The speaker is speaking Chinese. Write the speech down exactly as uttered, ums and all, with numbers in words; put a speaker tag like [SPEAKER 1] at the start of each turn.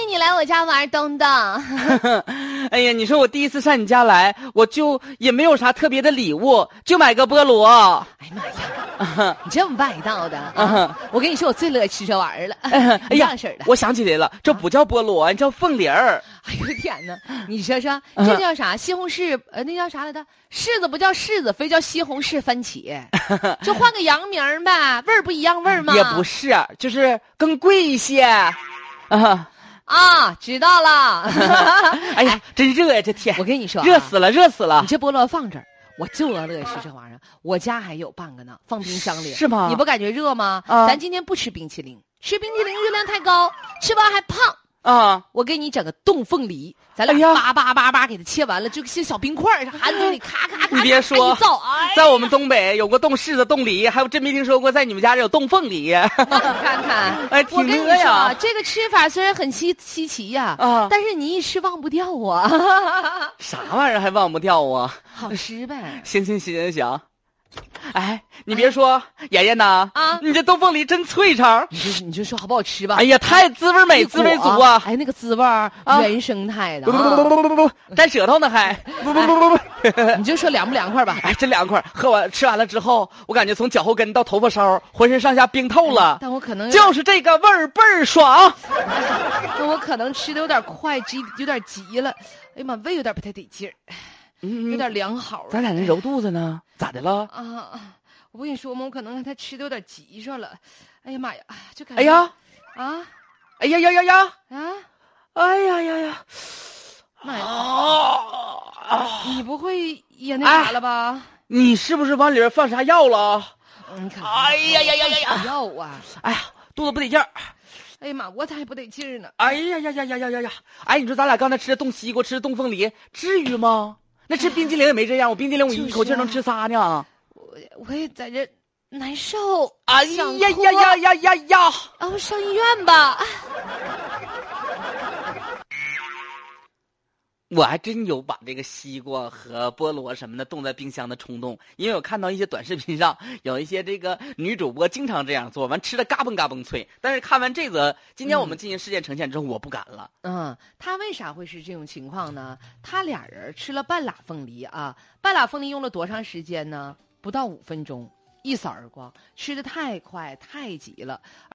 [SPEAKER 1] 迎你来我家玩，东东。
[SPEAKER 2] 哎呀，你说我第一次上你家来，我就也没有啥特别的礼物，就买个菠萝。
[SPEAKER 1] 哎呀妈呀，你这么外道的啊！我跟你说，我最乐意吃这玩意儿了。
[SPEAKER 2] 哎呀，
[SPEAKER 1] 式的，
[SPEAKER 2] 我想起来了，这不叫菠萝，叫凤梨儿。
[SPEAKER 1] 哎呦天哪！你说说，这叫啥？西红柿？呃，那叫啥来着？柿子不叫柿子，非叫西红柿番茄。就换个洋名呗，味儿不一样，味儿吗？
[SPEAKER 2] 也不是，就是更贵一些。啊
[SPEAKER 1] 啊，知道了。
[SPEAKER 2] 哎呀，真热呀，这天！
[SPEAKER 1] 我跟你说，
[SPEAKER 2] 热死了，热死了！
[SPEAKER 1] 你这菠萝放这儿，我就乐意吃这玩意儿。我家还有半个呢，放冰箱里。
[SPEAKER 2] 是吗？
[SPEAKER 1] 你不感觉热吗？
[SPEAKER 2] 啊，
[SPEAKER 1] 咱今天不吃冰淇淋，吃冰淇淋热量太高，吃完还胖。
[SPEAKER 2] 啊！
[SPEAKER 1] 我给你整个冻凤梨，咱俩叭叭叭叭给它切完了，就像小冰块似的，含嘴里咔咔咔。
[SPEAKER 2] 你别说，
[SPEAKER 1] 哎、
[SPEAKER 2] 在我们东北有过冻柿子、冻梨，还有真没听说过在你们家有冻凤梨。
[SPEAKER 1] 你看看，
[SPEAKER 2] 哎，挺热呀！
[SPEAKER 1] 这个吃法虽然很稀稀奇呀，
[SPEAKER 2] 啊，
[SPEAKER 1] 但是你一吃忘不掉啊。
[SPEAKER 2] 啥玩意儿还忘不掉啊？
[SPEAKER 1] 好吃呗。
[SPEAKER 2] 行行行行行。哎，你别说，哎、妍妍呐，
[SPEAKER 1] 啊，
[SPEAKER 2] 你这冻凤梨真脆肠，
[SPEAKER 1] 你就你就说好不好吃吧？
[SPEAKER 2] 哎呀，太滋味美，滋味足啊！
[SPEAKER 1] 哎，那个滋味儿，啊、原生态的、啊，
[SPEAKER 2] 不不不不不不不，沾舌头呢还，不不不不不，
[SPEAKER 1] 你就说凉不凉快吧？
[SPEAKER 2] 哎，真凉快！喝完吃完了之后，我感觉从脚后跟到头发梢，浑身上下冰透了。
[SPEAKER 1] 哎、但我可能
[SPEAKER 2] 就是这个味儿倍儿爽。
[SPEAKER 1] 那我可能吃的有点快，急有点急了，哎呀妈，胃有点不太得劲儿。
[SPEAKER 2] 嗯，
[SPEAKER 1] 有点凉好，
[SPEAKER 2] 咱俩那揉肚子呢？咋的了？
[SPEAKER 1] 啊，我不跟你说吗？我可能他吃的有点急着了。哎呀妈呀，就感觉
[SPEAKER 2] 哎呀，
[SPEAKER 1] 啊，
[SPEAKER 2] 哎呀呀呀呀，
[SPEAKER 1] 啊，
[SPEAKER 2] 哎呀呀呀，
[SPEAKER 1] 妈呀！
[SPEAKER 2] 啊，
[SPEAKER 1] 你不会也那啥了吧？
[SPEAKER 2] 哎、你是不是往里边放啥药了？
[SPEAKER 1] 你看，
[SPEAKER 2] 哎呀呀呀呀呀，
[SPEAKER 1] 药啊！
[SPEAKER 2] 哎呀，肚子不得劲儿。
[SPEAKER 1] 哎呀妈，我才不得劲儿呢！
[SPEAKER 2] 哎呀呀呀呀呀呀呀！哎，你说咱俩刚才吃的冻西瓜，吃的冻凤梨，至于吗？那吃冰激凌也没这样，我冰激凌我一口气能吃仨呢。
[SPEAKER 1] 我我也在这难受。
[SPEAKER 2] 哎呀呀呀呀呀呀！
[SPEAKER 1] 啊，我上医院吧。
[SPEAKER 2] 我还真有把这个西瓜和菠萝什么的冻在冰箱的冲动，因为我看到一些短视频上有一些这个女主播经常这样做，完吃的嘎嘣嘎嘣脆。但是看完这个，今天我们进行事件呈现之后，嗯、我不敢了。
[SPEAKER 1] 嗯，他为啥会是这种情况呢？他俩人吃了半拉凤梨啊，半拉凤梨用了多长时间呢？不到五分钟，一扫而光，吃的太快太急了。